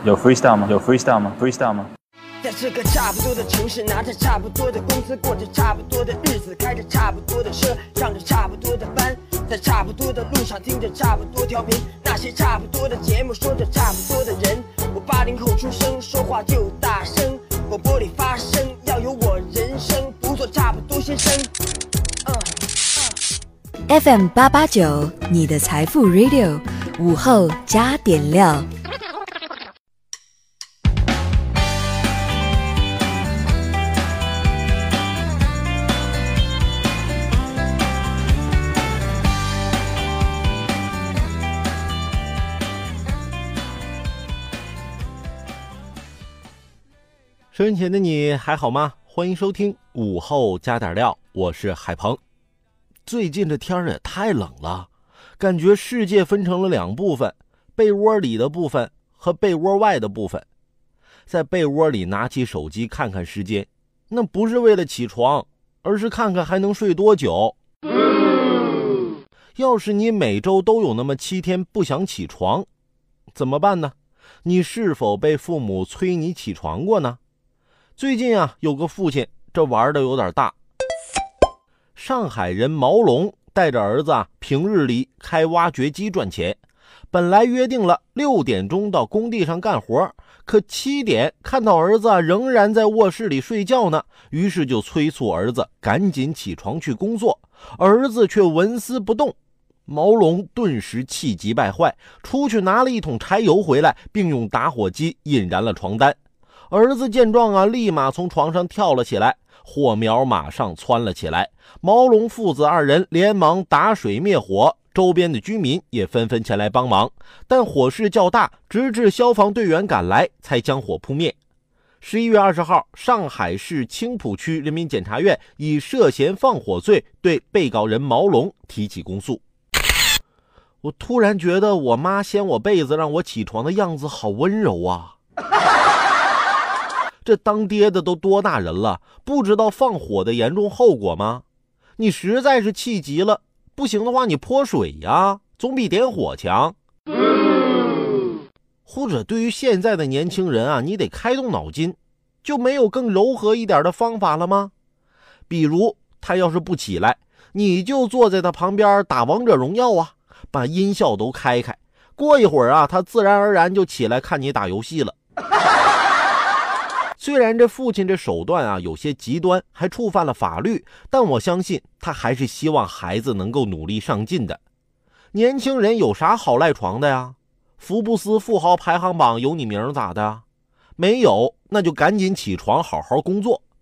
有 freestyle 吗？有 freestyle 吗 ？freestyle 吗？ 在这个差不多的城市，拿着差不多的工资，过着差不多的日子，开着差不多的车，上着差不多的班，在差不多的路上听着差不多调频，那些差不多的节目，说着差不多的人。我80后出生，说话就大声，广播里发声，要有我人生，不做差不多先生。 FM 889，你的财富 Radio， 午后加点料。 收音前的你还好吗？欢迎收听午后加点料，我是海鹏。最近这天也太冷了，感觉世界分成了两部分，被窝里的部分和被窝外的部分。在被窝里拿起手机看看时间，那不是为了起床，而是看看还能睡多久。要是你每周都有那么7天不想起床，怎么办呢？你是否被父母催你起床过呢？最近啊，有个父亲这玩的有点大。上海人毛龙带着儿子平日里开挖掘机赚钱，本来约定了6点钟到工地上干活，可7点看到儿子仍然在卧室里睡觉呢，于是就催促儿子赶紧起床去工作，儿子却纹丝不动。毛龙顿时气急败坏，出去拿了一桶柴油回来，并用打火机引燃了床单。儿子见状立马从床上跳了起来，火苗马上窜了起来。毛龙父子2人连忙打水灭火，周边的居民也纷纷前来帮忙，但火势较大，直至消防队员赶来才将火扑灭。11月20号，上海市青浦区人民检察院以涉嫌放火罪对被告人毛龙提起公诉。我突然觉得我妈掀我被子让我起床的样子好温柔啊。这当爹的都多大人了，不知道放火的严重后果吗？你实在是气急了，不行的话你泼水呀，总比点火强。或者对于现在的年轻人你得开动脑筋，就没有更柔和一点的方法了吗？比如他要是不起来，你就坐在他旁边打王者荣耀把音效都开开，过一会儿他自然而然就起来看你打游戏了。虽然这父亲这手段有些极端，还触犯了法律，但我相信他还是希望孩子能够努力上进的。年轻人有啥好赖床的呀？福布斯富豪排行榜有你名咋的？没有，那就赶紧起床好好工作。